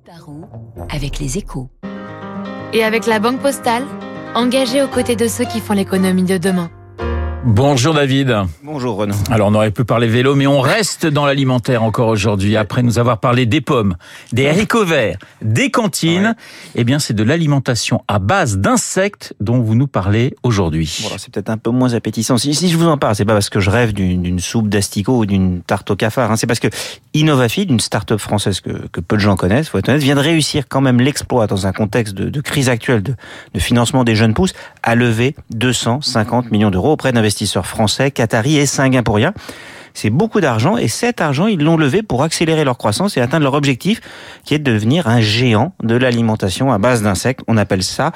Barrault avec les Échos. Et avec la Banque Postale, engagée aux côtés de ceux qui font l'économie de demain. Bonjour David. Bonjour Renaud. Alors on aurait pu parler vélo, mais on reste dans l'alimentaire encore aujourd'hui. Après nous avoir parlé des pommes, des haricots verts, des cantines, Eh bien c'est de l'alimentation à base d'insectes dont vous nous parlez aujourd'hui. Bon, alors c'est peut-être un peu moins appétissant. Si je vous en parle, c'est pas parce que je rêve d'une soupe d'asticots ou d'une tarte au cafard. C'est parce que Innovafeed, une start-up française que peu de gens connaissent, faut être honnête, vient de réussir quand même l'exploit dans un contexte de crise actuelle de financement des jeunes pousses à lever 250 millions d'euros auprès d'investisseurs français, qataris et singapouriens. C'est beaucoup d'argent et cet argent, ils l'ont levé pour accélérer leur croissance et atteindre leur objectif qui est de devenir un géant de l'alimentation à base d'insectes. On appelle ça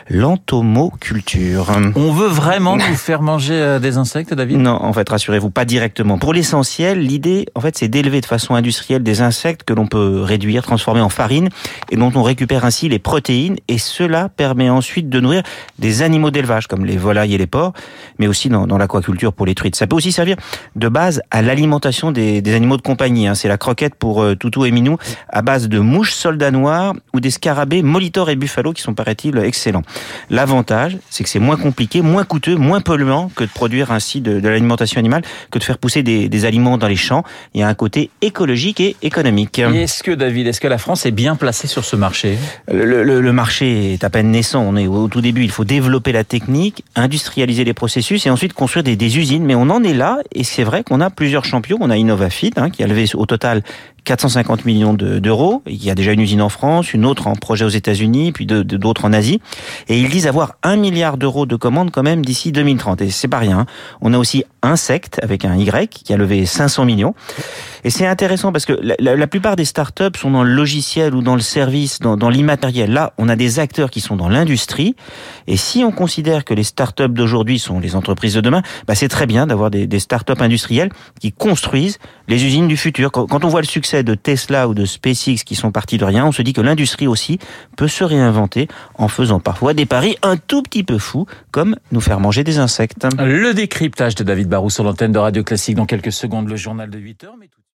l'entomoculture. On veut vraiment nous faire manger des insectes, David ? Non, en fait, rassurez-vous, pas directement. Pour l'essentiel, l'idée, en fait, c'est d'élever de façon industrielle des insectes que l'on peut réduire, transformer en farine et dont on récupère ainsi les protéines et cela permet ensuite de nourrir des animaux d'élevage comme les volailles et les porcs, mais aussi dans l'aquaculture pour les truites. Ça peut aussi servir de base à l'alimentation des animaux de compagnie. C'est la croquette pour Toutou et Minou à base de mouches soldats noirs ou des scarabées Molitor et Buffalo qui sont, paraît-il, excellents. L'avantage, c'est que c'est moins compliqué, moins coûteux, moins polluant que de produire ainsi de l'alimentation animale, que de faire pousser des aliments dans les champs. Il y a un côté écologique et économique. Et est-ce que la France est bien placée sur ce marché ? Le marché est à peine naissant. On est au tout début. Il faut développer la technique, industrialiser les processus et ensuite construire des usines. Mais on en est là et c'est vrai qu'on a plusieurs champions. On a Innovafeed qui a levé au total 450 millions d'euros. Il y a déjà une usine en France, une autre en projet aux États-Unis, puis d'autres en Asie. Et ils disent avoir 1 milliard d'euros de commandes quand même d'ici 2030. Et c'est pas rien. On a aussi Insect avec un Y qui a levé 500 millions. Et c'est intéressant parce que la plupart des startups sont dans le logiciel ou dans le service, dans l'immatériel. Là, on a des acteurs qui sont dans l'industrie. Et si on considère que les startups d'aujourd'hui sont les entreprises de demain, c'est très bien d'avoir des startups industrielles qui construisent les usines du futur. Quand on voit le succès de Tesla ou de SpaceX qui sont partis de rien, on se dit que l'industrie aussi peut se réinventer en faisant parfois des paris un tout petit peu fous, comme nous faire manger des insectes. Le décryptage de David Barrault sur l'antenne de Radio Classique dans quelques secondes, le journal de 8h.